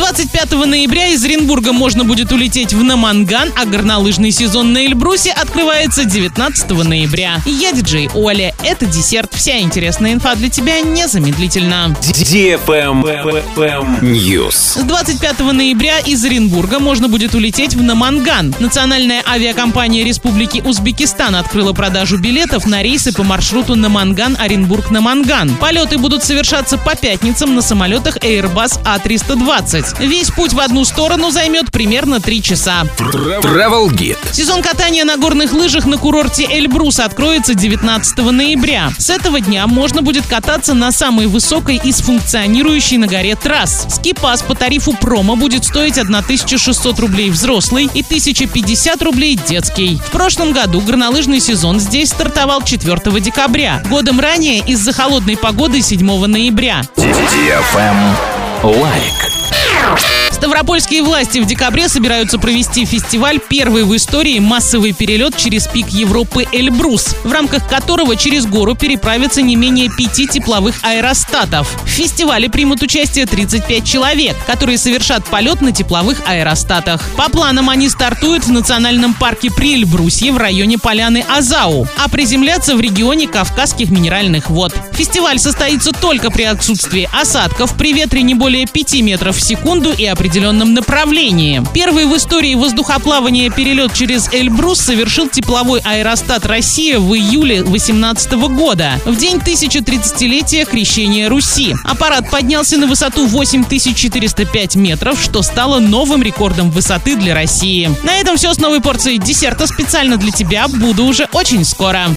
25 ноября из Оренбурга можно будет улететь в Наманган, а горнолыжный сезон на Эльбрусе открывается 19 ноября. Я диджей Оля. Это десерт. Вся интересная инфа для тебя незамедлительно. News. С 25 ноября из Оренбурга можно будет улететь в Наманган. Национальная авиакомпания Республики Узбекистан открыла продажу билетов на рейсы по маршруту Наманган-Оренбург-Наманган. Полеты будут совершаться по пятницам на самолетах Airbus A320. Весь путь в одну сторону займет примерно 3 часа. Travel Guide. Сезон катания на горных лыжах на курорте Эльбрус откроется 19 ноября. С этого дня можно будет кататься на самой высокой из функционирующей на горе трасс. Ски-пас по тарифу промо будет стоить 1600 рублей взрослый и 1050 рублей детский. В прошлом году горнолыжный сезон здесь стартовал 4 декабря. Годом ранее из-за холодной погоды 7 ноября. Лайк. Ставропольские власти в декабре собираются провести фестиваль, первый в истории массовый перелет через пик Европы Эльбрус, в рамках которого через гору переправятся не менее 5 тепловых аэростатов. В фестивале примут участие 35 человек, которые совершат полет на тепловых аэростатах. По планам они стартуют в национальном парке Приэльбрусье в районе поляны Азау, а приземлятся в регионе Кавказских минеральных вод. Фестиваль состоится только при отсутствии осадков, при ветре не более 5 метров в секунду и определенном направлении. Первый в истории воздухоплавания перелет через Эльбрус совершил тепловой аэростат «Россия» в июле 2018 года, в день 1030-летия крещения Руси. Аппарат поднялся на высоту 8405 метров, что стало новым рекордом высоты для России. На этом все с новой порцией десерта специально для тебя. Буду уже очень скоро.